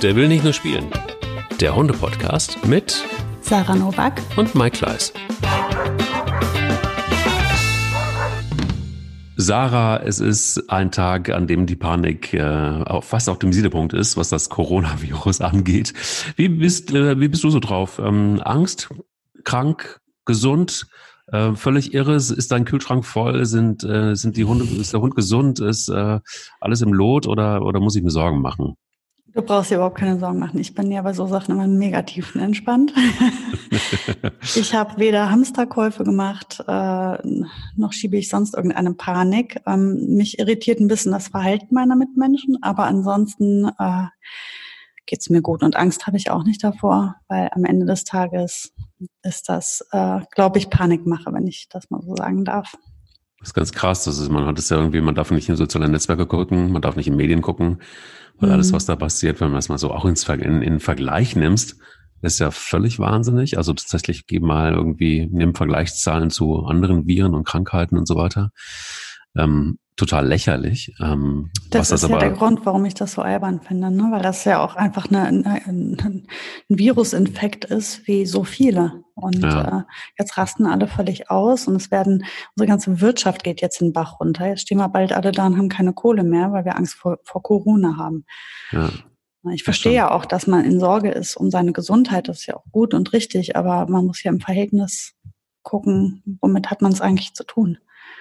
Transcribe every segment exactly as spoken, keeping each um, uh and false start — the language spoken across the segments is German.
Der will nicht nur spielen. Der Hunde-Podcast mit Sarah Nowak und Mike Kleiss. Sarah, es ist ein Tag, an dem die Panik äh, fast auf dem Siedepunkt ist, was das Coronavirus angeht. Wie bist, äh, wie bist du so drauf? Ähm, Angst, krank, gesund, äh, völlig irre? Ist dein Kühlschrank voll? Sind, äh, sind die Hunde, ist der Hund gesund? Ist äh, alles im Lot oder, oder muss ich mir Sorgen machen? Du brauchst dir überhaupt keine Sorgen machen. Ich bin ja bei so Sachen immer negativ entspannt. Ich habe weder Hamsterkäufe gemacht, äh, noch schiebe ich sonst irgendeine Panik. Ähm, mich irritiert ein bisschen das Verhalten meiner Mitmenschen, aber ansonsten äh, geht's mir gut. Und Angst habe ich auch nicht davor, weil am Ende des Tages ist das, äh, glaube ich, Panikmache, wenn ich das mal so sagen darf. Das ist ganz krass. Das ist, man hat es ja irgendwie, man darf nicht in soziale Netzwerke gucken, man darf nicht in Medien gucken, weil mhm. alles, was da passiert, wenn man das mal so auch ins Ver- in, in Vergleich nimmst, ist ja völlig wahnsinnig. Also tatsächlich gib mal irgendwie, nimm Vergleichszahlen zu anderen Viren und Krankheiten und so weiter. Ähm, total lächerlich. Ähm, das was ist das ja aber, der Grund, warum ich das so albern finde, ne? Weil das ja auch einfach eine, eine, ein Virusinfekt ist, wie so viele. Und ja. äh, jetzt rasten alle völlig aus und es werden, unsere ganze Wirtschaft geht jetzt den Bach runter. Jetzt stehen wir bald alle da und haben keine Kohle mehr, weil wir Angst vor, vor Corona haben. Ja. Ich verstehe ja auch, dass man in Sorge ist um seine Gesundheit. Das ist ja auch gut und richtig, aber man muss ja im Verhältnis gucken, womit hat man es eigentlich zu tun.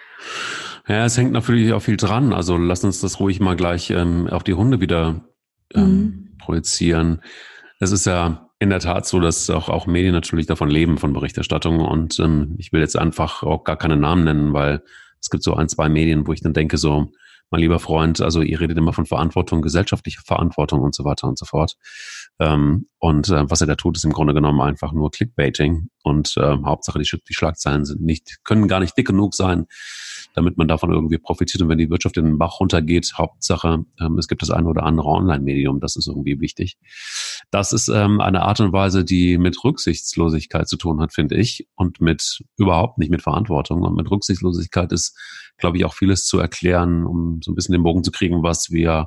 Ja, es hängt natürlich auch viel dran. Also lass uns das ruhig mal gleich ähm, auf die Hunde wieder ähm, mhm. projizieren. Es ist ja in der Tat so, dass auch, auch Medien natürlich davon leben, von Berichterstattung. Und ähm, ich will jetzt einfach auch gar keine Namen nennen, weil es gibt so ein, zwei Medien, wo ich dann denke so, mein lieber Freund, also ihr redet immer von Verantwortung, gesellschaftlicher Verantwortung und so weiter und so fort. Ähm, und äh, was er da tut, ist im Grunde genommen einfach nur Clickbaiting. Und äh, Hauptsache, die, die Schlagzeilen sind nicht, können gar nicht dick genug sein, damit man davon irgendwie profitiert. Und wenn die Wirtschaft in den Bach runtergeht, Hauptsache, ähm, es gibt das eine oder andere Online-Medium, das ist irgendwie wichtig. Das ist ähm, eine Art und Weise, die mit Rücksichtslosigkeit zu tun hat, finde ich, und mit überhaupt nicht mit Verantwortung. Und mit Rücksichtslosigkeit ist, glaube ich, auch vieles zu erklären, um so ein bisschen den Bogen zu kriegen, was wir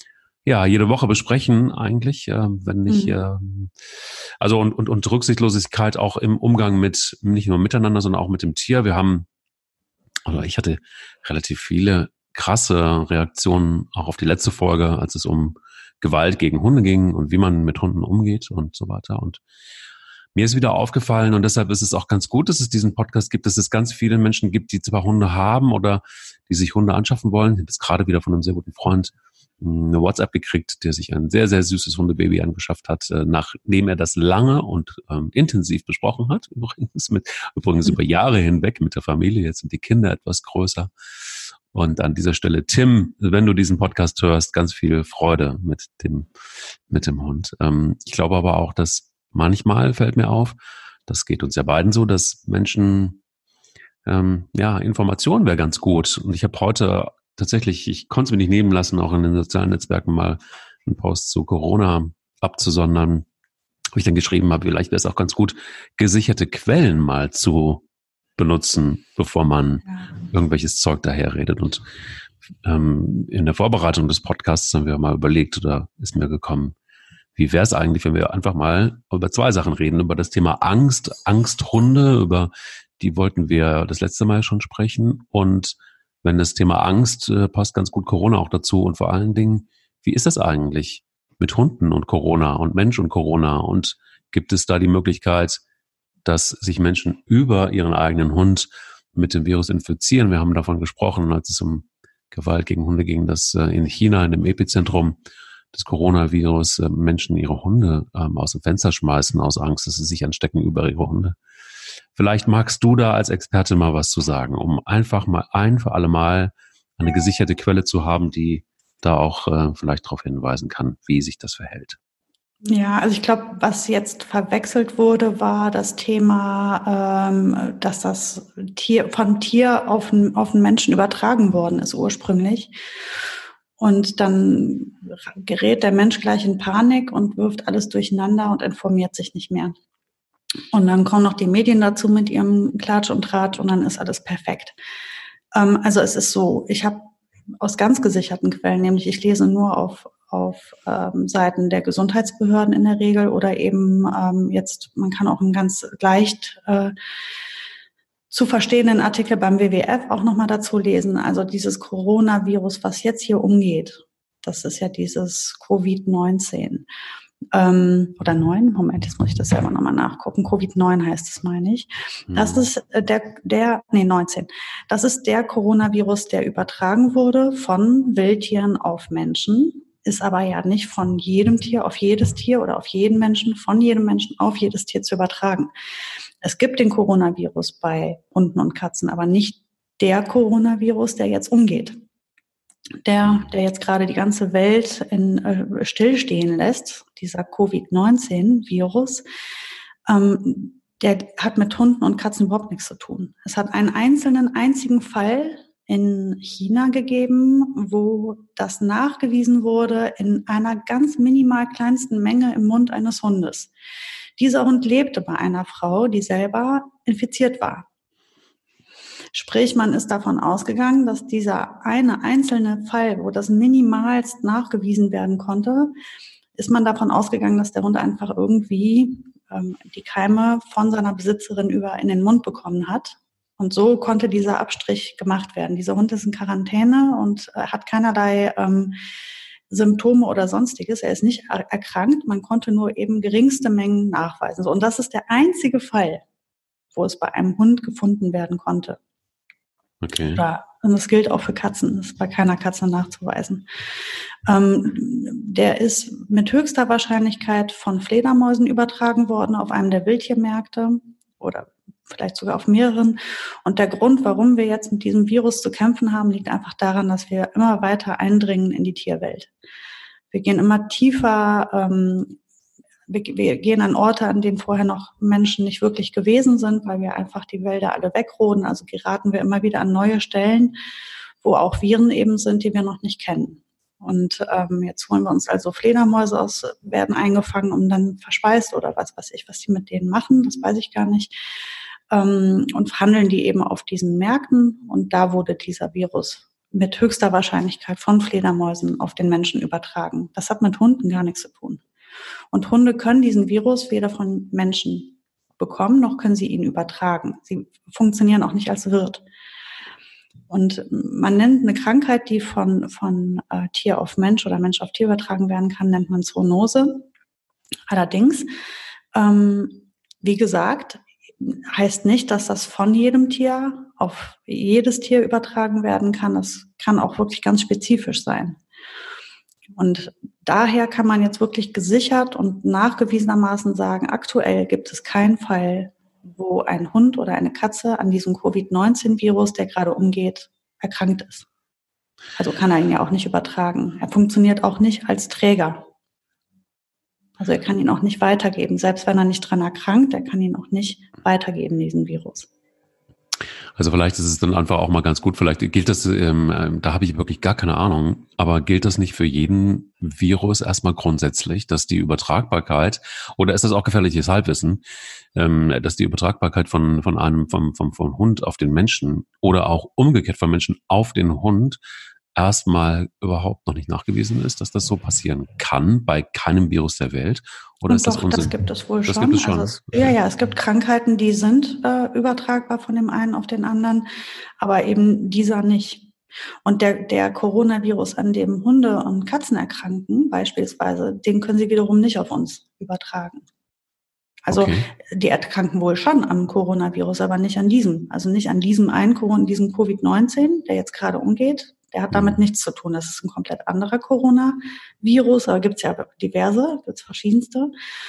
ja jede Woche besprechen eigentlich, äh, wenn nicht, mhm. äh, also und, und, und Rücksichtslosigkeit auch im Umgang mit, nicht nur miteinander, sondern auch mit dem Tier. Wir haben Also ich hatte relativ viele krasse Reaktionen auch auf die letzte Folge, als es um Gewalt gegen Hunde ging und wie man mit Hunden umgeht und so weiter. Und mir ist wieder aufgefallen, und deshalb ist es auch ganz gut, dass es diesen Podcast gibt, dass es ganz viele Menschen gibt, die zwar Hunde haben oder die sich Hunde anschaffen wollen. Ich habe jetzt gerade wieder von einem sehr guten Freund eine WhatsApp gekriegt, der sich ein sehr, sehr süßes Hundebaby angeschafft hat, nachdem er das lange und ähm, intensiv besprochen hat. Übrigens, mit, übrigens über Jahre hinweg mit der Familie. Jetzt sind die Kinder etwas größer. Und an dieser Stelle, Tim, wenn du diesen Podcast hörst, ganz viel Freude mit dem, mit dem Hund. Ähm, ich glaube aber auch, dass manchmal fällt mir auf, das geht uns ja beiden so, dass Menschen, ähm, ja, Information wäre ganz gut. Und ich habe heute tatsächlich, ich konnte es mir nicht nehmen lassen, auch in den sozialen Netzwerken mal einen Post zu Corona abzusondern, wo ich dann geschrieben habe, vielleicht wäre es auch ganz gut, gesicherte Quellen mal zu benutzen, bevor man ja. irgendwelches Zeug daherredet. Und ähm, in der Vorbereitung des Podcasts haben wir mal überlegt, oder ist mir gekommen, wie wäre es eigentlich, wenn wir einfach mal über zwei Sachen reden, über das Thema Angst, Angsthunde, über die wollten wir das letzte Mal schon sprechen, und wenn das Thema Angst äh, passt ganz gut Corona auch dazu, und vor allen Dingen, wie ist das eigentlich mit Hunden und Corona und Mensch und Corona, und gibt es da die Möglichkeit, dass sich Menschen über ihren eigenen Hund mit dem Virus infizieren? Wir haben davon gesprochen, als es um Gewalt gegen Hunde ging, dass äh, in China, in dem Epizentrum des Coronavirus, äh, Menschen ihre Hunde ähm, aus dem Fenster schmeißen aus Angst, dass sie sich anstecken über ihre Hunde. Vielleicht magst du da als Experte mal was zu sagen, um einfach mal ein für alle Mal eine gesicherte Quelle zu haben, die da auch äh, vielleicht darauf hinweisen kann, wie sich das verhält. Ja, also ich glaube, was jetzt verwechselt wurde, war das Thema, ähm, dass das Tier von Tier auf den, auf den Menschen übertragen worden ist ursprünglich. Und dann gerät der Mensch gleich in Panik und wirft alles durcheinander und informiert sich nicht mehr. Und dann kommen noch die Medien dazu mit ihrem Klatsch und Tratsch und dann ist alles perfekt. Ähm, also es ist so, ich habe aus ganz gesicherten Quellen, nämlich ich lese nur auf auf ähm, Seiten der Gesundheitsbehörden in der Regel oder eben ähm, jetzt, man kann auch einen ganz leicht äh, zu verstehenden Artikel beim W W F auch nochmal dazu lesen. Also dieses Coronavirus, was jetzt hier umgeht, das ist ja dieses Covid neunzehn. Ähm, oder neun, Moment, jetzt muss ich das selber nochmal nachgucken. Covid neun heißt es, meine ich. Das ist äh, der, der, nee, neunzehn. Das ist der Coronavirus, der übertragen wurde von Wildtieren auf Menschen, ist aber ja nicht von jedem Tier auf jedes Tier oder auf jeden Menschen, von jedem Menschen auf jedes Tier zu übertragen. Es gibt den Coronavirus bei Hunden und Katzen, aber nicht der Coronavirus, der jetzt umgeht. Der, der jetzt gerade die ganze Welt in, äh, stillstehen lässt, dieser Covid neunzehn Virus, ähm, der hat mit Hunden und Katzen überhaupt nichts zu tun. Es hat einen einzelnen, einzigen Fall in China gegeben, wo das nachgewiesen wurde in einer ganz minimal kleinsten Menge im Mund eines Hundes. Dieser Hund lebte bei einer Frau, die selber infiziert war. Sprich, man ist davon ausgegangen, dass dieser eine einzelne Fall, wo das minimalst nachgewiesen werden konnte, ist man davon ausgegangen, dass der Hund einfach irgendwie ähm, die Keime von seiner Besitzerin über in den Mund bekommen hat. Und so konnte dieser Abstrich gemacht werden. Dieser Hund ist in Quarantäne und äh, hat keinerlei ähm, Symptome oder Sonstiges. Er ist nicht er- erkrankt. Man konnte nur eben geringste Mengen nachweisen. So, und das ist der einzige Fall, wo es bei einem Hund gefunden werden konnte. Okay. Oder, und das gilt auch für Katzen, das ist bei keiner Katze nachzuweisen. Ähm, der ist mit höchster Wahrscheinlichkeit von Fledermäusen übertragen worden auf einem der Wildtiermärkte oder vielleicht sogar auf mehreren. Und der Grund, warum wir jetzt mit diesem Virus zu kämpfen haben, liegt einfach daran, dass wir immer weiter eindringen in die Tierwelt. Wir gehen immer tiefer, ähm, wir, wir gehen an Orte, an denen vorher noch Menschen nicht wirklich gewesen sind, weil wir einfach die Wälder alle wegroden. Also geraten wir immer wieder an neue Stellen, wo auch Viren eben sind, die wir noch nicht kennen. Und ähm, jetzt holen wir uns also Fledermäuse aus, werden eingefangen und dann verspeist oder was weiß ich, was die mit denen machen, das weiß ich gar nicht. Ähm, und handeln die eben auf diesen Märkten. Und da wurde dieser Virus mit höchster Wahrscheinlichkeit von Fledermäusen auf den Menschen übertragen. Das hat mit Hunden gar nichts zu tun. Und Hunde können diesen Virus weder von Menschen bekommen, noch können sie ihn übertragen. Sie funktionieren auch nicht als Wirt. Und man nennt eine Krankheit, die von, von äh, Tier auf Mensch oder Mensch auf Tier übertragen werden kann, nennt man Zoonose. Allerdings, ähm, wie gesagt, heißt nicht, dass das von jedem Tier auf jedes Tier übertragen werden kann. Das kann auch wirklich ganz spezifisch sein. Und daher kann man jetzt wirklich gesichert und nachgewiesenermaßen sagen, aktuell gibt es keinen Fall, wo ein Hund oder eine Katze an diesem Covid neunzehn Virus, der gerade umgeht, erkrankt ist. Also kann er ihn ja auch nicht übertragen. Er funktioniert auch nicht als Träger. Also er kann ihn auch nicht weitergeben. Selbst wenn er nicht dran erkrankt, er kann ihn auch nicht weitergeben, diesen Virus. Also vielleicht ist es dann einfach auch mal ganz gut, vielleicht gilt das, ähm, da habe ich wirklich gar keine Ahnung, aber gilt das nicht für jeden Virus erstmal grundsätzlich, dass die Übertragbarkeit, oder ist das auch gefährliches Halbwissen, ähm, dass die Übertragbarkeit von, von einem, vom, vom, vom Hund auf den Menschen oder auch umgekehrt vom Menschen auf den Hund erstmal überhaupt noch nicht nachgewiesen ist, dass das so passieren kann bei keinem Virus der Welt? Oder Und ist das doch, Unsinn? das gibt es wohl das schon. Gibt es schon. Also es, ja, ja, es gibt Krankheiten, die sind äh, übertragbar von dem einen auf den anderen, aber eben dieser nicht. Und der, der Coronavirus, an dem Hunde und Katzen erkranken, beispielsweise, den können sie wiederum nicht auf uns übertragen. Also Okay. die erkranken wohl schon am Coronavirus, aber nicht an diesem. Also nicht an diesem einen, diesem Covid neunzehn, der jetzt gerade umgeht. Der hat damit nichts zu tun. Das ist ein komplett anderer Coronavirus, aber gibt es ja diverse, gibt es verschiedenste.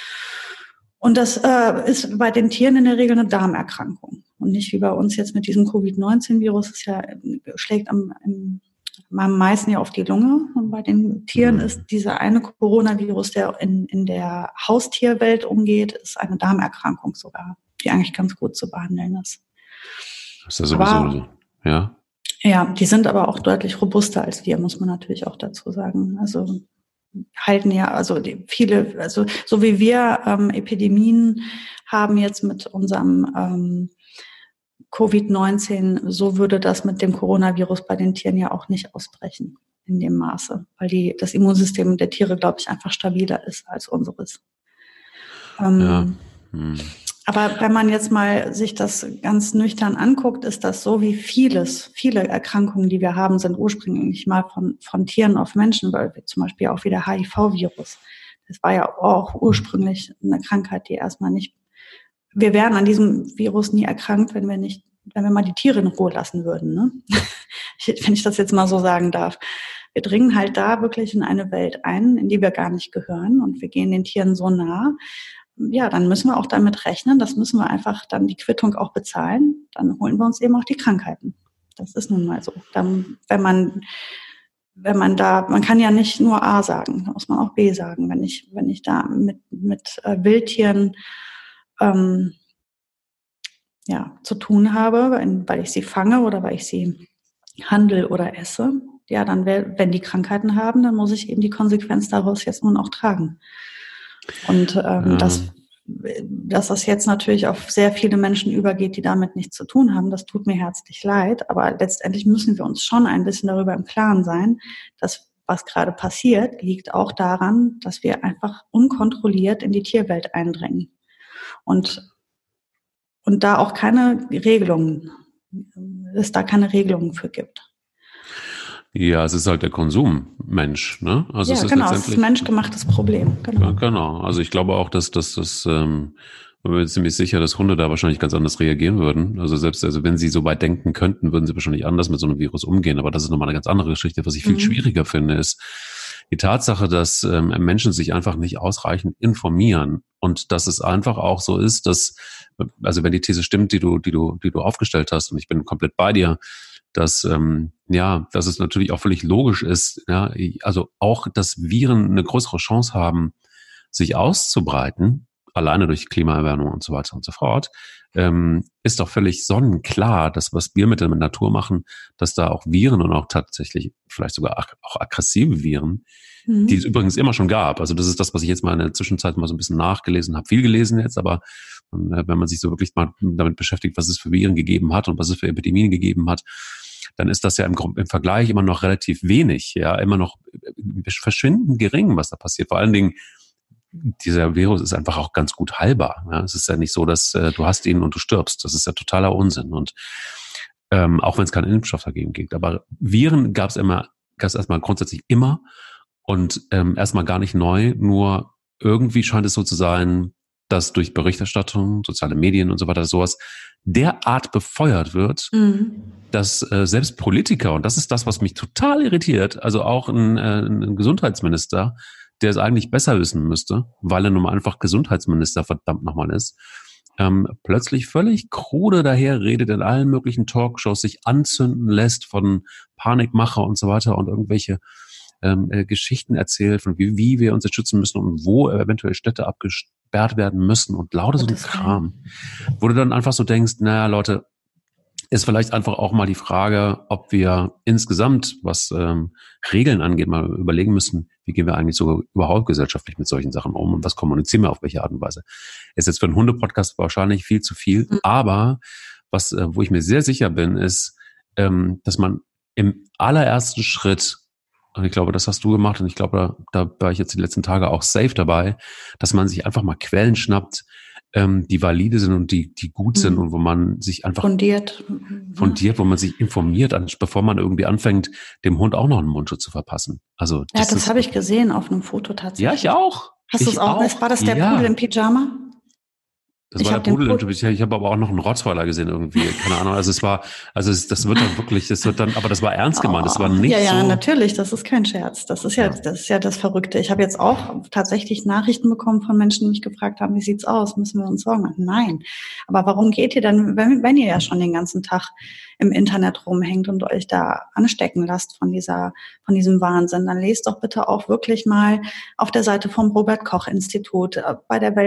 Und das äh, ist bei den Tieren in der Regel eine Darmerkrankung. Und nicht wie bei uns jetzt mit diesem Covid neunzehn Virus, das ja schlägt am, im, am meisten ja auf die Lunge. Und bei den Tieren ist dieser eine Coronavirus, der in, in der Haustierwelt umgeht, ist eine Darmerkrankung sogar, die eigentlich ganz gut zu behandeln ist. Ist das sowieso aber, so? Ja. Ja, die sind aber auch deutlich robuster als wir, muss man natürlich auch dazu sagen. Also halten ja, also die, viele, also so wie wir ähm, Epidemien haben jetzt mit unserem ähm, Covid neunzehn, so würde das mit dem Coronavirus bei den Tieren ja auch nicht ausbrechen. in dem Maße, weil die, das Immunsystem der Tiere, glaube ich, einfach stabiler ist als unseres. Ähm, ja. Hm. Aber wenn man jetzt mal sich das ganz nüchtern anguckt, ist das so, wie vieles, viele Erkrankungen, die wir haben, sind ursprünglich mal von, von Tieren auf Menschen, weil wir zum Beispiel auch wie der H I V-Virus. Das war ja auch ursprünglich eine Krankheit, die erstmal nicht, wir wären an diesem Virus nie erkrankt, wenn wir nicht, wenn wir mal die Tiere in Ruhe lassen würden, ne? Wenn ich das jetzt mal so sagen darf. Wir dringen halt da wirklich in eine Welt ein, in die wir gar nicht gehören und wir gehen den Tieren so nah. Ja, dann müssen wir auch damit rechnen, das müssen wir einfach dann die Quittung auch bezahlen, dann holen wir uns eben auch die Krankheiten. Das ist nun mal so. Dann, wenn man, wenn man da, man kann ja nicht nur A sagen, da muss man auch B sagen. Wenn ich, wenn ich da mit, mit äh, Wildtieren ähm, ja, zu tun habe, weil ich sie fange oder weil ich sie handle oder esse, ja, dann, wenn die Krankheiten haben, dann muss ich eben die Konsequenz daraus jetzt nun auch tragen. Und ähm, ja. das, dass das jetzt natürlich auf sehr viele Menschen übergeht, die damit nichts zu tun haben, das tut mir herzlich leid. Aber letztendlich müssen wir uns schon ein bisschen darüber im Klaren sein, dass was gerade passiert, liegt auch daran, dass wir einfach unkontrolliert in die Tierwelt eindringen. Und, und da auch keine Regelungen, es da keine Regelungen für gibt. Ja, es ist halt der Konsummensch, ne? Also ja, es ist genau, es ist ein menschgemachtes Problem. Genau. Ja, genau. Also ich glaube auch, dass dass das, ähm, ich bin mir ziemlich sicher, dass Hunde da wahrscheinlich ganz anders reagieren würden. Also selbst, also wenn sie so weit denken könnten, würden sie wahrscheinlich anders mit so einem Virus umgehen. Aber das ist nochmal eine ganz andere Geschichte. Was ich viel mhm. schwieriger finde, ist die Tatsache, dass ähm, Menschen sich einfach nicht ausreichend informieren und dass es einfach auch so ist, dass, also wenn die These stimmt, die du, die du, die du aufgestellt hast, und ich bin komplett bei dir, dass ähm, ja, dass es natürlich auch völlig logisch ist, ja, also auch, dass Viren eine größere Chance haben, sich auszubreiten, alleine durch Klimaerwärmung und so weiter und so fort, ähm, ist doch völlig sonnenklar, dass was wir mit der Natur machen, dass da auch Viren und auch tatsächlich vielleicht sogar auch aggressive Viren, mhm. die es übrigens immer schon gab. Also das ist das, was ich jetzt mal in der Zwischenzeit mal so ein bisschen nachgelesen habe, viel gelesen jetzt, aber wenn man sich so wirklich mal damit beschäftigt, was es für Viren gegeben hat und was es für Epidemien gegeben hat, dann ist das ja im, im Vergleich immer noch relativ wenig, ja, immer noch verschwindend gering, was da passiert. Vor allen Dingen, dieser Virus ist einfach auch ganz gut heilbar. Ja. Es ist ja nicht so, dass äh, du hast ihn und du stirbst. Das ist ja totaler Unsinn. Und ähm, auch wenn es keinen Impfstoff dagegen gibt. Aber Viren gab es immer, gab es erstmal grundsätzlich immer und ähm, erstmal gar nicht neu. Nur irgendwie scheint es so zu sein, dass durch Berichterstattung, soziale Medien und so weiter sowas derart befeuert wird, mhm. dass äh, selbst Politiker, und das ist das, was mich total irritiert, also auch ein, äh, ein Gesundheitsminister, der es eigentlich besser wissen müsste, weil er nun mal einfach Gesundheitsminister verdammt nochmal ist, ähm, plötzlich völlig krude daher redet, in allen möglichen Talkshows sich anzünden lässt von Panikmacher und so weiter und irgendwelche ähm, äh, Geschichten erzählt, von wie, wie wir uns jetzt schützen müssen und wo eventuell Städte abgesperrt werden müssen und lauter so ein Kram. Wo du dann einfach so denkst, naja, Leute, ist vielleicht einfach auch mal die Frage, ob wir insgesamt, was ähm, Regeln angeht, mal überlegen müssen, wie gehen wir eigentlich so überhaupt gesellschaftlich mit solchen Sachen um und was kommunizieren wir auf welche Art und Weise. Ist jetzt für einen Hunde-Podcast wahrscheinlich viel zu viel, mhm. aber was, äh, wo ich mir sehr sicher bin, ist, ähm, dass man im allerersten Schritt, und ich glaube, das hast du gemacht und ich glaube, da, da war ich jetzt die letzten Tage auch safe dabei, dass man sich einfach mal Quellen schnappt, ähm, die valide sind und die, die gut sind mhm. und wo man sich einfach fundiert, fundiert, wo man sich informiert, bevor man irgendwie anfängt, dem Hund auch noch einen Mundschutz zu verpassen. Also das ja, das habe ich gesehen auf einem Foto tatsächlich. Ja, ich auch. Hast du es auch? auch? War das der ja. Pudel im Pyjama? Das ich war der Pudel, Pudel. Ich habe aber auch noch einen Rottweiler gesehen irgendwie, keine Ahnung. Also es war, also es, das wird dann wirklich, das wird dann, aber das war ernst gemeint. Das war nicht ja, ja, so. natürlich, das ist kein Scherz. Das ist ja, ja, das ist ja das Verrückte. Ich habe jetzt auch tatsächlich Nachrichten bekommen von Menschen, die mich gefragt haben, wie sieht's aus? Müssen wir uns Sorgen machen? Nein. Aber warum geht ihr dann, wenn, wenn ihr ja schon den ganzen Tag im Internet rumhängt und euch da anstecken lasst von dieser, von diesem Wahnsinn, dann lest doch bitte auch wirklich mal auf der Seite vom Robert-Koch-Institut, bei der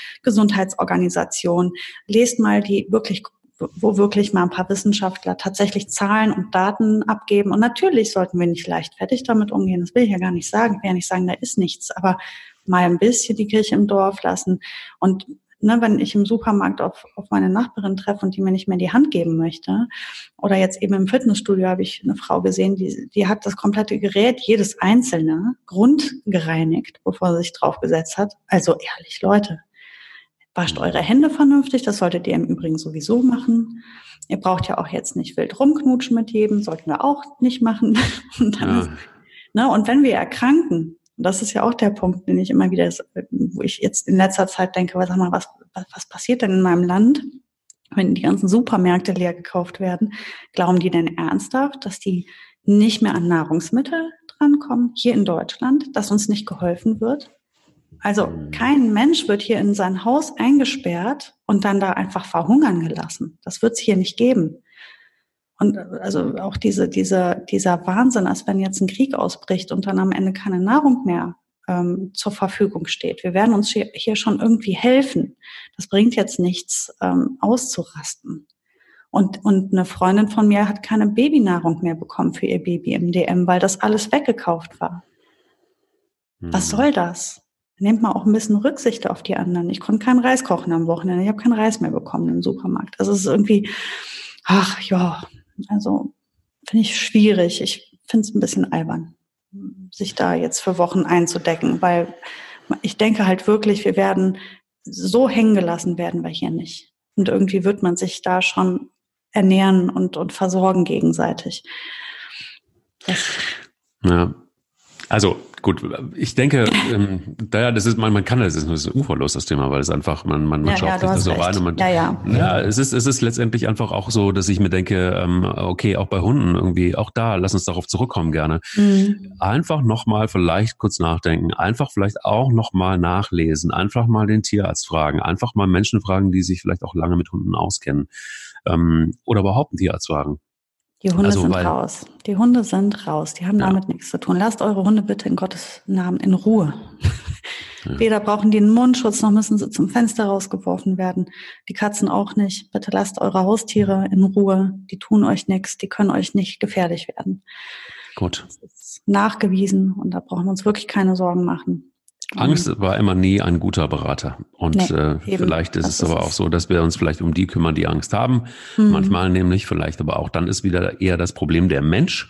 Weltgesundheitsorganisation, lest mal die wirklich, wo wirklich mal ein paar Wissenschaftler tatsächlich Zahlen und Daten abgeben. Und natürlich sollten wir nicht leichtfertig damit umgehen. Das will ich ja gar nicht sagen. Ich will ja nicht sagen, da ist nichts, aber mal ein bisschen die Kirche im Dorf lassen und ne, wenn ich im Supermarkt auf, auf meine Nachbarin treffe und die mir nicht mehr die Hand geben möchte, oder jetzt eben im Fitnessstudio habe ich eine Frau gesehen, die, die hat das komplette Gerät, jedes einzelne, grundgereinigt, bevor sie sich draufgesetzt hat. Also ehrlich, Leute, wascht eure Hände vernünftig, das solltet ihr im Übrigen sowieso machen. Ihr braucht ja auch jetzt nicht wild rumknutschen mit jedem, sollten wir auch nicht machen. Und dann Ja. ist, ne, und wenn wir erkranken, das ist ja auch der Punkt, den ich immer wieder, wo ich jetzt in letzter Zeit denke, sag mal, was, was, was passiert denn in meinem Land, wenn die ganzen Supermärkte leer gekauft werden? Glauben die denn ernsthaft, dass die nicht mehr an Nahrungsmittel drankommen, hier in Deutschland, dass uns nicht geholfen wird? Also kein Mensch wird hier in sein Haus eingesperrt und dann da einfach verhungern gelassen. Das wird es hier nicht geben. Und also auch diese, diese, dieser Wahnsinn, als wenn jetzt ein Krieg ausbricht und dann am Ende keine Nahrung mehr ähm, zur Verfügung steht. Wir werden uns hier, hier schon irgendwie helfen. Das bringt jetzt nichts, ähm, auszurasten. Und, und eine Freundin von mir hat keine Babynahrung mehr bekommen für ihr Baby im D M, weil das alles weggekauft war. Hm. Was soll das? Nehmt mal auch ein bisschen Rücksicht auf die anderen. Ich konnte keinen Reis kochen am Wochenende. Ich habe keinen Reis mehr bekommen im Supermarkt. Also es ist irgendwie, ach ja, also finde ich schwierig. Ich finde es ein bisschen albern, sich da jetzt für Wochen einzudecken, weil ich denke halt wirklich, wir werden so hängen gelassen werden wir hier nicht. Und irgendwie wird man sich da schon ernähren und, und versorgen gegenseitig. Das ja, also gut, ich denke, ähm, da, das ist, man, man kann das, das ist ein uferlos, das Thema, weil es einfach, man, man, man ja, schaut ja, sich das so recht. rein und man, ja, ja. ja, es ist, es ist letztendlich einfach auch so, dass ich mir denke, ähm, okay, auch bei Hunden irgendwie, auch da, lass uns darauf zurückkommen gerne. Mhm. Einfach nochmal vielleicht kurz nachdenken, einfach vielleicht auch nochmal nachlesen, einfach mal den Tierarzt fragen, einfach mal Menschen fragen, die sich vielleicht auch lange mit Hunden auskennen, ähm, oder überhaupt einen Tierarzt fragen. Die Hunde also, sind weil, raus. Die Hunde sind raus. Die haben ja. damit nichts zu tun. Lasst eure Hunde bitte in Gottes Namen in Ruhe. Ja. Weder brauchen die einen Mundschutz, noch müssen sie zum Fenster rausgeworfen werden. Die Katzen auch nicht. Bitte lasst eure Haustiere in Ruhe. Die tun euch nichts. Die können euch nicht gefährlich werden. Gut. Das ist nachgewiesen und da brauchen wir uns wirklich keine Sorgen machen. Angst war immer nie ein guter Berater. Und nee, äh, vielleicht ist es aber auch so, dass wir uns vielleicht um die kümmern, die Angst haben. Mhm. Manchmal nämlich, vielleicht aber auch dann ist wieder eher das Problem der Mensch.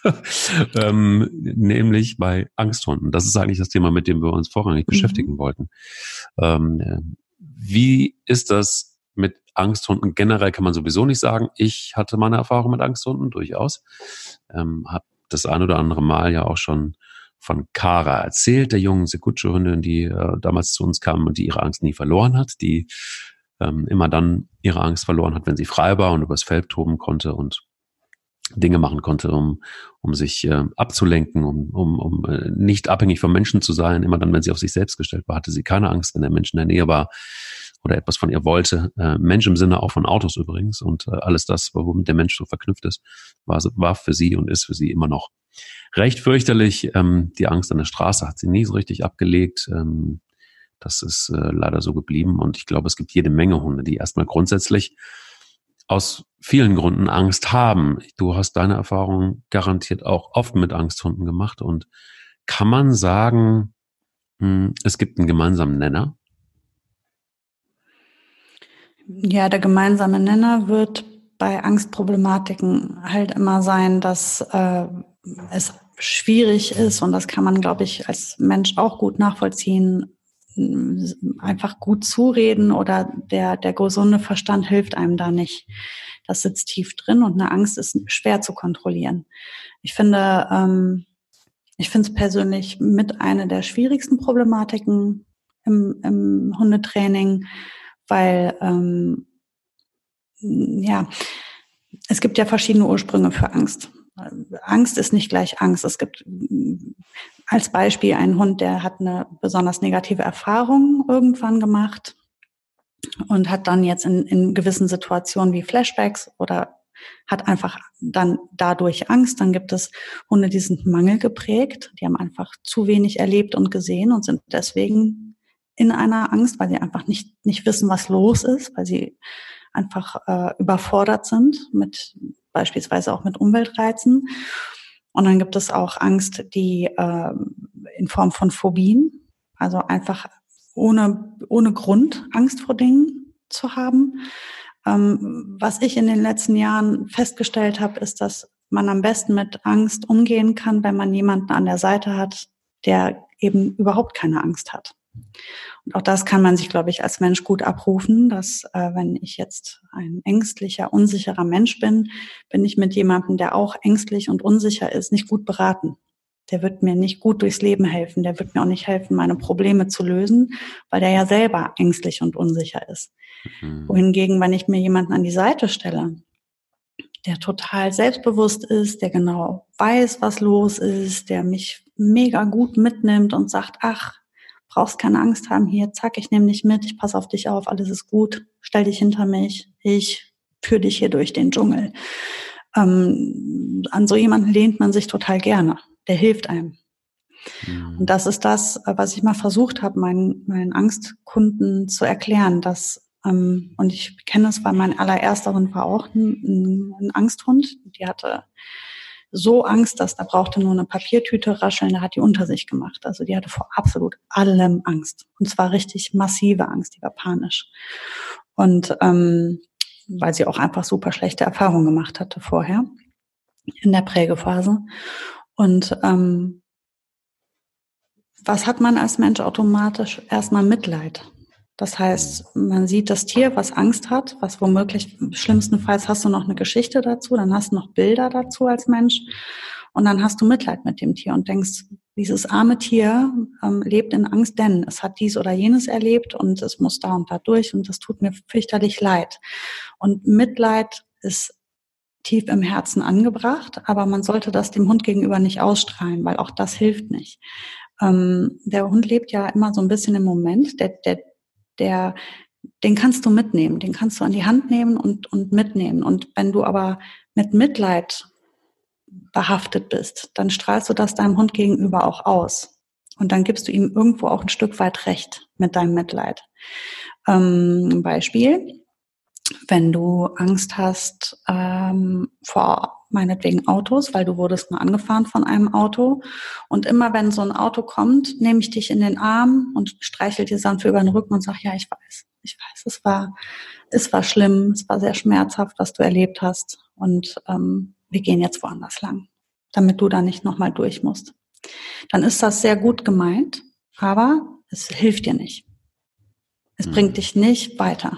ähm, nämlich bei Angsthunden. Das ist eigentlich das Thema, mit dem wir uns vorrangig mhm. beschäftigen wollten. Ähm, wie ist das mit Angsthunden? Generell kann man sowieso nicht sagen. Ich hatte meine Erfahrung mit Angsthunden, durchaus. Ähm, habe das ein oder andere Mal ja auch schon von Kara erzählt, der jungen Sekutsche-Hündin, die äh, damals zu uns kam und die ihre Angst nie verloren hat, die ähm, immer dann ihre Angst verloren hat, wenn sie frei war und übers Feld toben konnte und Dinge machen konnte, um um sich äh, abzulenken, um um um äh, nicht abhängig vom Menschen zu sein. Immer dann, wenn sie auf sich selbst gestellt war, hatte sie keine Angst, wenn der Mensch in der Nähe war oder etwas von ihr wollte. Äh, Mensch im Sinne auch von Autos übrigens und äh, alles das, womit der Mensch so verknüpft ist, war, war für sie und ist für sie immer noch recht fürchterlich. Ähm, die Angst an der Straße hat sie nie so richtig abgelegt. Ähm, das ist äh, leider so geblieben und ich glaube, es gibt jede Menge Hunde, die erstmal grundsätzlich aus vielen Gründen Angst haben. Du hast deine Erfahrung garantiert auch oft mit Angsthunden gemacht und kann man sagen, mh, es gibt einen gemeinsamen Nenner? Ja, der gemeinsame Nenner wird bei Angstproblematiken halt immer sein, dass äh, es schwierig ist und das kann man, glaube ich, als Mensch auch gut nachvollziehen, einfach gut zureden oder der der gesunde Verstand hilft einem da nicht. Das sitzt tief drin und eine Angst ist schwer zu kontrollieren. Ich finde, ähm, ich finde es persönlich mit einer der schwierigsten Problematiken im, im Hundetraining, weil ähm, ja, es gibt ja verschiedene Ursprünge für Angst. Angst ist nicht gleich Angst. Es gibt als Beispiel einen Hund, der hat eine besonders negative Erfahrung irgendwann gemacht und hat dann jetzt in, in gewissen Situationen wie Flashbacks oder hat einfach dann dadurch Angst. Dann gibt es Hunde, die sind mangelgeprägt, die haben einfach zu wenig erlebt und gesehen und sind deswegen in einer Angst, weil sie einfach nicht nicht wissen, was los ist, weil sie einfach äh, überfordert sind mit beispielsweise auch mit Umweltreizen. Und dann gibt es auch Angst, die äh, in Form von Phobien, also einfach ohne ohne Grund Angst vor Dingen zu haben. Ähm, was ich in den letzten Jahren festgestellt habe, ist, dass man am besten mit Angst umgehen kann, wenn man jemanden an der Seite hat, der eben überhaupt keine Angst hat. Und auch das kann man sich, glaube ich, als Mensch gut abrufen, dass äh, wenn ich jetzt ein ängstlicher, unsicherer Mensch bin, bin ich mit jemandem, der auch ängstlich und unsicher ist, nicht gut beraten. Der wird mir nicht gut durchs Leben helfen. Der wird mir auch nicht helfen, meine Probleme zu lösen, weil der ja selber ängstlich und unsicher ist. Mhm. Wohingegen, wenn ich mir jemanden an die Seite stelle, der total selbstbewusst ist, der genau weiß, was los ist, der mich mega gut mitnimmt und sagt, ach, brauchst keine Angst haben hier, zack, ich nehme dich mit, ich passe auf dich auf, alles ist gut, stell dich hinter mich, ich führe dich hier durch den Dschungel. Ähm, an so jemanden lehnt man sich total gerne. Der hilft einem. Mhm. Und das ist das, was ich mal versucht habe, meinen, meinen Angstkunden zu erklären, dass, ähm, und ich kenne es, weil mein allererster Hund war auch ein, ein Angsthund. Die hatte so Angst, dass da brauchte nur eine Papiertüte rascheln, da hat die unter sich gemacht. Also die hatte vor absolut allem Angst. Und zwar richtig massive Angst, die war panisch. Und ähm, weil sie auch einfach super schlechte Erfahrungen gemacht hatte vorher in der Prägephase. Und ähm, was hat man als Mensch automatisch? Erstmal Mitleid. Das heißt, man sieht das Tier, was Angst hat, was womöglich, schlimmstenfalls hast du noch eine Geschichte dazu, dann hast du noch Bilder dazu als Mensch und dann hast du Mitleid mit dem Tier und denkst, dieses arme Tier ähm, lebt in Angst, denn es hat dies oder jenes erlebt und es muss da und da durch und das tut mir fürchterlich leid. Und Mitleid ist tief im Herzen angebracht, aber man sollte das dem Hund gegenüber nicht ausstrahlen, weil auch das hilft nicht. Ähm, der Hund lebt ja immer so ein bisschen im Moment, der, der, der, den kannst du mitnehmen, den kannst du an die Hand nehmen und, und mitnehmen. Und wenn du aber mit Mitleid behaftet bist, dann strahlst du das deinem Hund gegenüber auch aus. Und dann gibst du ihm irgendwo auch ein Stück weit Recht mit deinem Mitleid. Ähm, Beispiel. Wenn du Angst hast ähm, vor meinetwegen Autos, weil du wurdest mal angefahren von einem Auto und immer wenn so ein Auto kommt, nehme ich dich in den Arm und streichel dir sanft über den Rücken und sag, ja, ich weiß, ich weiß, es war, es war schlimm, es war sehr schmerzhaft, was du erlebt hast und ähm, wir gehen jetzt woanders lang, damit du da nicht nochmal durch musst. Dann ist das sehr gut gemeint, aber es hilft dir nicht. Es mhm. bringt dich nicht weiter.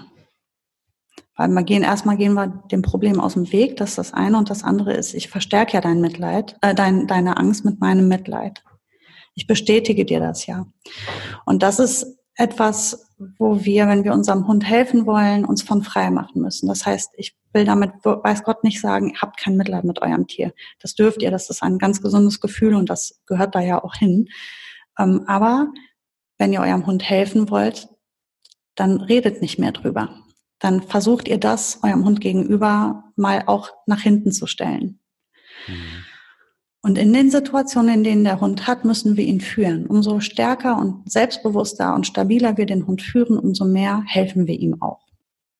Weil wir gehen, erstmal gehen wir dem Problem aus dem Weg, das ist das eine. Und das andere ist, ich verstärke ja dein Mitleid, äh, dein, deine Angst mit meinem Mitleid. Ich bestätige dir das ja. Und das ist etwas, wo wir, wenn wir unserem Hund helfen wollen, uns von frei machen müssen. Das heißt, ich will damit, weiß Gott, nicht sagen, habt kein Mitleid mit eurem Tier. Das dürft ihr, das ist ein ganz gesundes Gefühl und das gehört da ja auch hin. Ähm, aber wenn ihr eurem Hund helfen wollt, dann redet nicht mehr drüber. Dann versucht ihr das eurem Hund gegenüber mal auch nach hinten zu stellen. Mhm. Und in den Situationen, in denen der Hund hat, müssen wir ihn führen. Umso stärker und selbstbewusster und stabiler wir den Hund führen, umso mehr helfen wir ihm auch.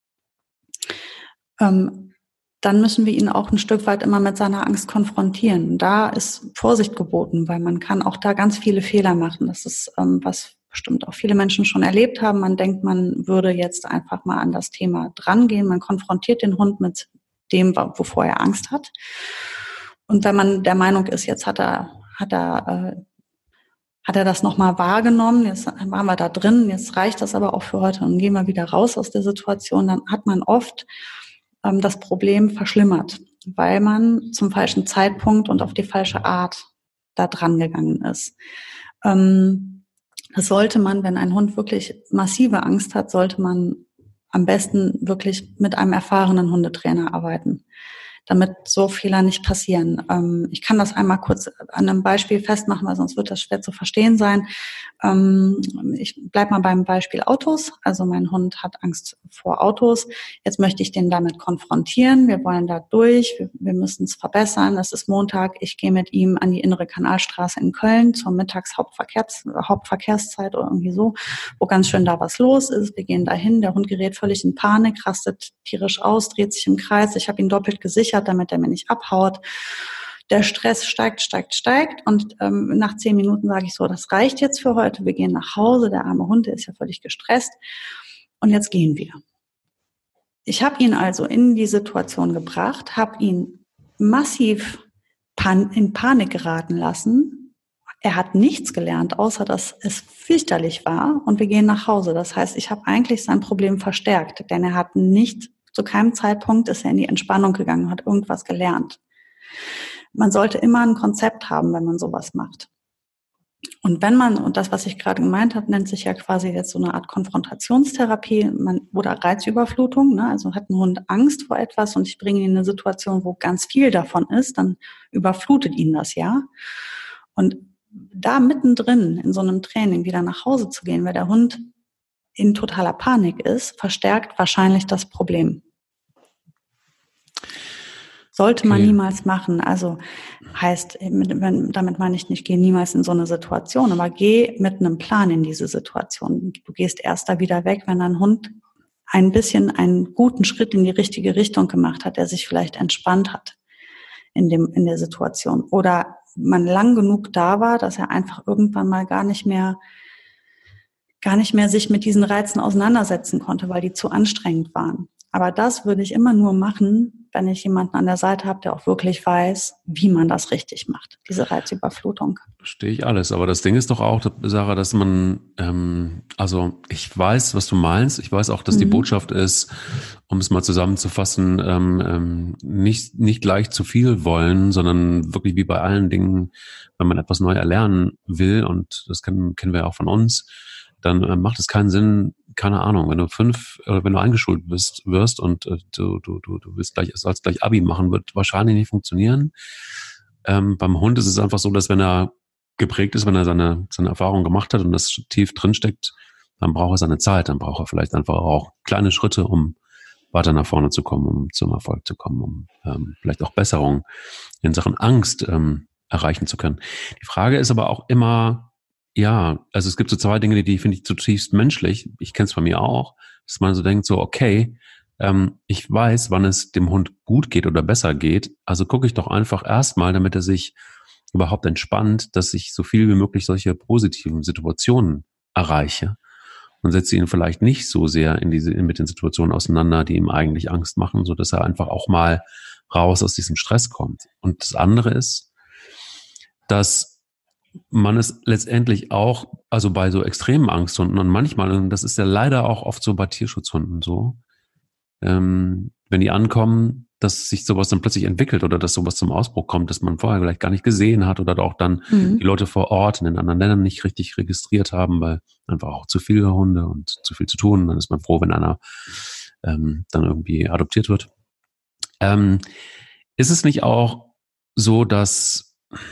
Ähm, dann müssen wir ihn auch ein Stück weit immer mit seiner Angst konfrontieren. Da ist Vorsicht geboten, weil man kann auch da ganz viele Fehler machen. Das ist ähm, was bestimmt auch viele Menschen schon erlebt haben. Man denkt, man würde jetzt einfach mal an das Thema drangehen. Man konfrontiert den Hund mit dem, wovor er Angst hat. Und wenn man der Meinung ist, jetzt hat er, hat er, äh, hat er das nochmal wahrgenommen, jetzt waren wir da drin, jetzt reicht das aber auch für heute und gehen wir wieder raus aus der Situation, dann hat man oft ähm, das Problem verschlimmert, weil man zum falschen Zeitpunkt und auf die falsche Art da dran gegangen ist. Ähm, Das sollte man, wenn ein Hund wirklich massive Angst hat, sollte man am besten wirklich mit einem erfahrenen Hundetrainer arbeiten, damit so Fehler nicht passieren. Ähm, ich kann das einmal kurz an einem Beispiel festmachen, weil sonst wird das schwer zu verstehen sein. Ähm, ich bleib mal beim Beispiel Autos. Also mein Hund hat Angst vor Autos. Jetzt möchte ich den damit konfrontieren. Wir wollen da durch. Wir, wir müssen es verbessern. Es ist Montag. Ich gehe mit ihm an die innere Kanalstraße in Köln zur Mittagshauptverkehrs, Hauptverkehrszeit oder irgendwie so, wo ganz schön da was los ist. Wir gehen dahin. Der Hund gerät völlig in Panik, rastet tierisch aus, dreht sich im Kreis. Ich habe ihn doppelt gesichert, damit er mir nicht abhaut. Der Stress steigt, steigt, steigt und ähm, nach zehn Minuten sage ich so, das reicht jetzt für heute, wir gehen nach Hause, der arme Hund, der ist ja völlig gestresst und jetzt gehen wir. Ich habe ihn also in die Situation gebracht, habe ihn massiv pan- in Panik geraten lassen. Er hat nichts gelernt, außer dass es fürchterlich war und wir gehen nach Hause. Das heißt, ich habe eigentlich sein Problem verstärkt, denn er hat nicht, zu keinem Zeitpunkt ist er in die Entspannung gegangen und hat irgendwas gelernt. Man sollte immer ein Konzept haben, wenn man sowas macht. Und wenn man, und das, was ich gerade gemeint habe, nennt sich ja quasi jetzt so eine Art Konfrontationstherapie man, oder Reizüberflutung. Ne? Also hat ein Hund Angst vor etwas und ich bringe ihn in eine Situation, wo ganz viel davon ist, dann überflutet ihn das ja. Und da mittendrin in so einem Training wieder nach Hause zu gehen, weil der Hund in totaler Panik ist, verstärkt wahrscheinlich das Problem. Sollte man okay. niemals machen. Also heißt, wenn, damit meine ich nicht, geh niemals in so eine Situation, aber geh mit einem Plan in diese Situation. Du gehst erst da wieder weg, wenn dein Hund ein bisschen einen guten Schritt in die richtige Richtung gemacht hat, der sich vielleicht entspannt hat in dem, in der Situation. Oder man lang genug da war, dass er einfach irgendwann mal gar nicht mehr, gar nicht mehr sich mit diesen Reizen auseinandersetzen konnte, weil die zu anstrengend waren. Aber das würde ich immer nur machen, wenn ich jemanden an der Seite habe, der auch wirklich weiß, wie man das richtig macht, diese Reizüberflutung. Verstehe ich alles. Aber das Ding ist doch auch, Sarah, dass man, ähm, also ich weiß, was du meinst. Ich weiß auch, dass mhm. die Botschaft ist, um es mal zusammenzufassen, ähm, ähm, nicht, nicht gleich zu viel wollen, sondern wirklich wie bei allen Dingen, wenn man etwas neu erlernen will, und das kennen, kennen wir auch von uns, dann äh, macht es keinen Sinn, keine Ahnung, wenn du fünf oder wenn du eingeschult bist, wirst und äh, du, du, du, du willst gleich, sollst gleich Abi machen, wird wahrscheinlich nicht funktionieren. Ähm, beim Hund ist es einfach so, dass wenn er geprägt ist, wenn er seine, seine Erfahrung gemacht hat und das tief drinsteckt, dann braucht er seine Zeit, dann braucht er vielleicht einfach auch kleine Schritte, um weiter nach vorne zu kommen, um zum Erfolg zu kommen, um ähm, vielleicht auch Besserung in Sachen Angst ähm, erreichen zu können. Die Frage ist aber auch immer, ja, also es gibt so zwei Dinge, die, die finde ich zutiefst menschlich. Ich kenne es von mir auch, dass man so denkt, so okay, ähm, ich weiß, wann es dem Hund gut geht oder besser geht. Also gucke ich doch einfach erstmal, damit er sich überhaupt entspannt, dass ich so viel wie möglich solche positiven Situationen erreiche und setze ihn vielleicht nicht so sehr in diese mit den Situationen auseinander, die ihm eigentlich Angst machen, so dass er einfach auch mal raus aus diesem Stress kommt. Und das andere ist, dass man es letztendlich auch, also bei so extremen Angsthunden und manchmal, und das ist ja leider auch oft so bei Tierschutzhunden so, ähm, wenn die ankommen, dass sich sowas dann plötzlich entwickelt oder dass sowas zum Ausbruch kommt, dass man vorher vielleicht gar nicht gesehen hat oder auch dann mhm. die Leute vor Ort in den anderen Ländern nicht richtig registriert haben, weil einfach auch zu viele Hunde und zu viel zu tun. Dann ist man froh, wenn einer ähm, dann irgendwie adoptiert wird. Ähm, ist es nicht auch so, dass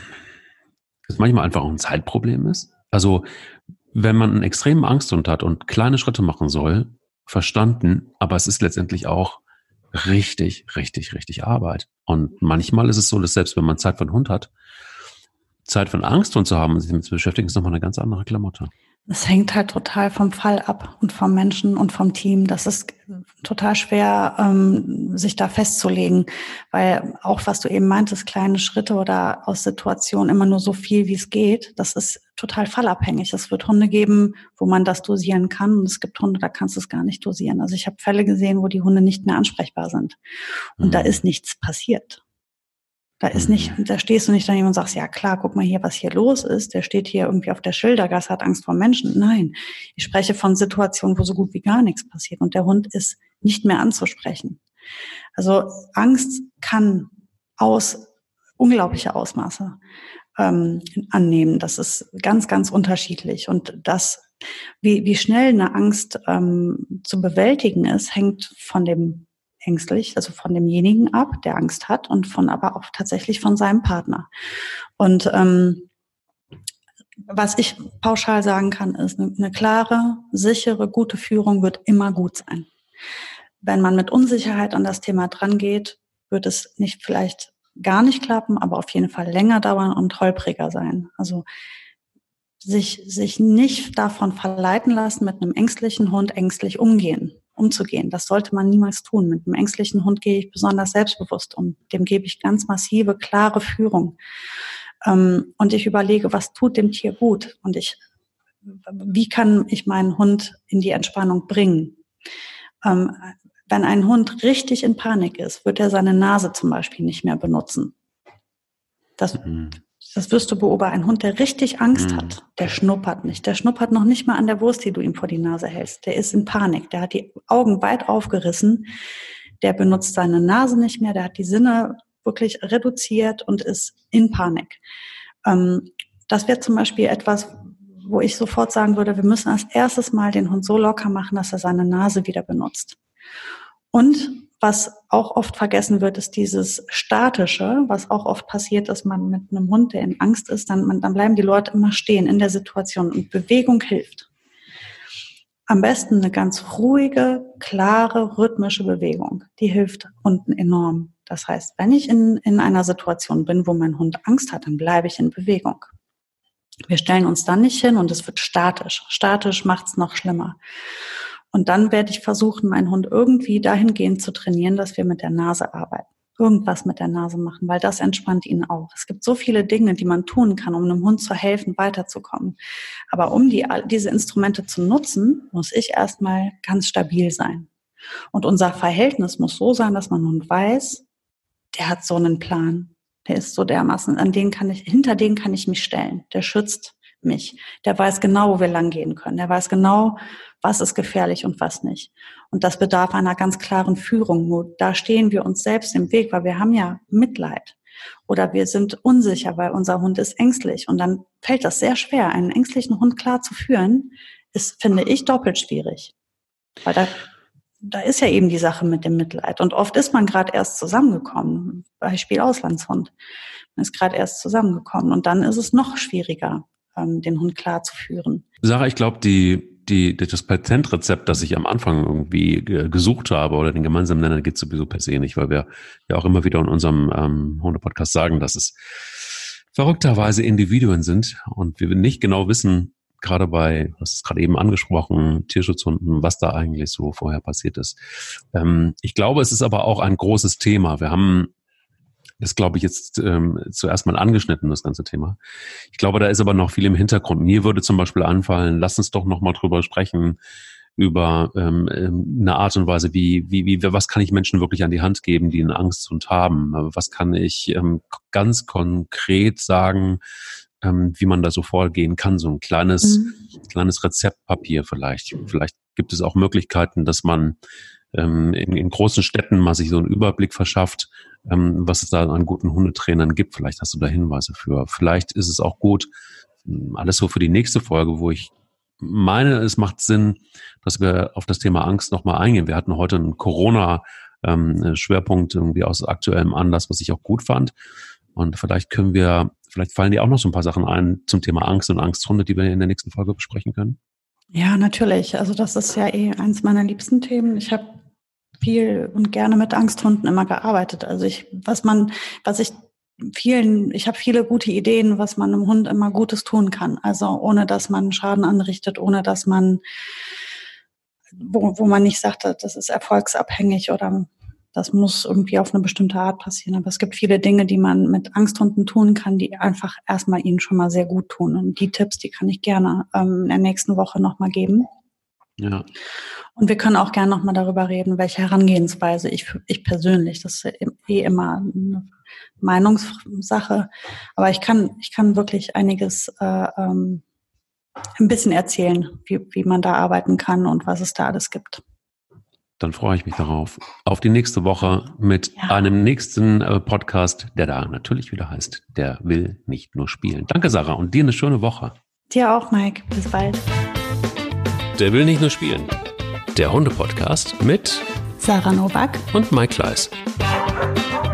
es manchmal einfach auch ein Zeitproblem ist? Also wenn man einen extremen Angsthund hat und kleine Schritte machen soll, verstanden, aber es ist letztendlich auch richtig, richtig, richtig Arbeit. Und manchmal ist es so, dass selbst wenn man Zeit für einen Hund hat, Zeit für einen Angsthund zu haben und sich damit zu beschäftigen, ist nochmal eine ganz andere Klamotte. Es hängt halt total vom Fall ab und vom Menschen und vom Team. Das ist total schwer, ähm, sich da festzulegen, weil auch was du eben meintest, kleine Schritte oder aus Situationen immer nur so viel, wie es geht, das ist total fallabhängig. Es wird Hunde geben, wo man das dosieren kann, und es gibt Hunde, da kannst du es gar nicht dosieren. Also ich habe Fälle gesehen, wo die Hunde nicht mehr ansprechbar sind und mhm. da ist nichts passiert. Da ist nicht, da stehst du nicht daneben und sagst, ja klar, guck mal hier, was hier los ist. Der steht hier irgendwie auf der Schildergasse, hat Angst vor Menschen. Nein, ich spreche von Situationen, wo so gut wie gar nichts passiert und der Hund ist nicht mehr anzusprechen. Also Angst kann aus unglaubliche Ausmaße ähm, annehmen. Das ist ganz, ganz unterschiedlich. Und das, wie, wie schnell eine Angst ähm, zu bewältigen ist, hängt von dem ängstlich, also von demjenigen ab, der Angst hat, und von aber auch tatsächlich von seinem Partner. Und ähm, was ich pauschal sagen kann, ist, eine, eine klare, sichere, gute Führung wird immer gut sein. Wenn man mit Unsicherheit an das Thema dran geht, wird es nicht vielleicht gar nicht klappen, aber auf jeden Fall länger dauern und holpriger sein. Also sich, sich nicht davon verleiten lassen, mit einem ängstlichen Hund ängstlich umgehen. umzugehen. Das sollte man niemals tun. Mit einem ängstlichen Hund gehe ich besonders selbstbewusst um. Dem gebe ich ganz massive, klare Führung. Ähm, und ich überlege, was tut dem Tier gut? Und ich, wie kann ich meinen Hund in die Entspannung bringen? Ähm, wenn ein Hund richtig in Panik ist, wird er seine Nase zum Beispiel nicht mehr benutzen. Das, mhm. das wirst du beobachten. Ein Hund, der richtig Angst mhm. hat, der schnuppert nicht. Der schnuppert noch nicht mal an der Wurst, die du ihm vor die Nase hältst. Der ist in Panik. Der hat die Augen weit aufgerissen. Der benutzt seine Nase nicht mehr. Der hat die Sinne wirklich reduziert und ist in Panik. Ähm, das wäre zum Beispiel etwas, wo ich sofort sagen würde, wir müssen als erstes mal den Hund so locker machen, dass er seine Nase wieder benutzt. Und was auch oft vergessen wird, ist dieses Statische, was auch oft passiert, dass man mit einem Hund, der in Angst ist, dann, man, dann bleiben die Leute immer stehen in der Situation und Bewegung hilft. Am besten eine ganz ruhige, klare, rhythmische Bewegung. Die hilft Hunden enorm. Das heißt, wenn ich in, in einer Situation bin, wo mein Hund Angst hat, dann bleibe ich in Bewegung. Wir stellen uns dann nicht hin und es wird statisch. Statisch macht es noch schlimmer. Und dann werde ich versuchen, meinen Hund irgendwie dahingehend zu trainieren, dass wir mit der Nase arbeiten. Irgendwas mit der Nase machen, weil das entspannt ihn auch. Es gibt so viele Dinge, die man tun kann, um einem Hund zu helfen, weiterzukommen. Aber um die, diese Instrumente zu nutzen, muss ich erstmal ganz stabil sein. Und unser Verhältnis muss so sein, dass mein Hund weiß, der hat so einen Plan. Der ist so dermaßen, an den kann ich, hinter den kann ich mich stellen. Der schützt mich. Der weiß genau, wo wir lang gehen können. Der weiß genau, was ist gefährlich und was nicht. Und das bedarf einer ganz klaren Führung. Nur da stehen wir uns selbst im Weg, weil wir haben ja Mitleid. Oder wir sind unsicher, weil unser Hund ist ängstlich. Und dann fällt das sehr schwer. Einen ängstlichen Hund klar zu führen, ist, finde ich, doppelt schwierig. Weil da, da ist ja eben die Sache mit dem Mitleid. Und oft ist man gerade erst zusammengekommen. Beispiel Auslandshund. Man ist gerade erst zusammengekommen. Und dann ist es noch schwieriger, den Hund klar zu führen. Sarah, ich glaube, die, die, das Patentrezept, das ich am Anfang irgendwie gesucht habe oder den gemeinsamen Nenner, geht sowieso per se nicht, weil wir ja auch immer wieder in unserem ähm, Hunde-Podcast sagen, dass es verrückterweise Individuen sind und wir nicht genau wissen, gerade bei, was ist gerade eben angesprochen, Tierschutzhunden, was da eigentlich so vorher passiert ist. Ähm, ich glaube, es ist aber auch ein großes Thema. Wir haben das, glaube ich, jetzt ähm, zuerst mal angeschnitten, das ganze Thema. Ich glaube, da ist aber noch viel im Hintergrund. Mir würde zum Beispiel anfallen, lass uns doch noch mal drüber sprechen, über ähm, eine Art und Weise, wie, wie, wie, was kann ich Menschen wirklich an die Hand geben, die einen Angsthund haben? Was kann ich ähm, ganz konkret sagen, ähm, wie man da so vorgehen kann? So ein kleines, mhm. kleines Rezeptpapier vielleicht. Vielleicht gibt es auch Möglichkeiten, dass man in, in großen Städten mal sich so einen Überblick verschafft, ähm, was es da an guten Hundetrainern gibt. Vielleicht hast du da Hinweise für. Vielleicht ist es auch gut, alles so für die nächste Folge, wo ich meine, es macht Sinn, dass wir auf das Thema Angst nochmal eingehen. Wir hatten heute einen Corona-Schwerpunkt irgendwie aus aktuellem Anlass, was ich auch gut fand. Und vielleicht können wir, vielleicht fallen dir auch noch so ein paar Sachen ein zum Thema Angst und Angsthunde, die wir in der nächsten Folge besprechen können. Ja, natürlich. Also das ist ja eh eins meiner liebsten Themen. Ich habe viel und gerne mit Angsthunden immer gearbeitet. Also ich, was man, was ich vielen, ich habe viele gute Ideen, was man einem Hund immer Gutes tun kann. Also ohne, dass man Schaden anrichtet, ohne dass man, wo, wo man nicht sagt, das ist erfolgsabhängig oder das muss irgendwie auf eine bestimmte Art passieren. Aber es gibt viele Dinge, die man mit Angsthunden tun kann, die einfach erstmal ihnen schon mal sehr gut tun. Und die Tipps, die kann ich gerne ähm, in der nächsten Woche nochmal geben. Ja. Und wir können auch gerne nochmal darüber reden, welche Herangehensweise ich, ich persönlich, das ist eh immer eine Meinungssache, aber ich kann, ich kann wirklich einiges äh, ähm, ein bisschen erzählen, wie, wie man da arbeiten kann und was es da alles gibt. Dann freue ich mich darauf. Auf die nächste Woche mit ja. einem nächsten äh, Podcast, der da natürlich wieder heißt, der will nicht nur spielen. Danke, Sarah, und dir eine schöne Woche. Dir auch, Mike. Bis bald. Der will nicht nur spielen. Der Hunde-Podcast mit Sarah Nowak und Mike Kleiss.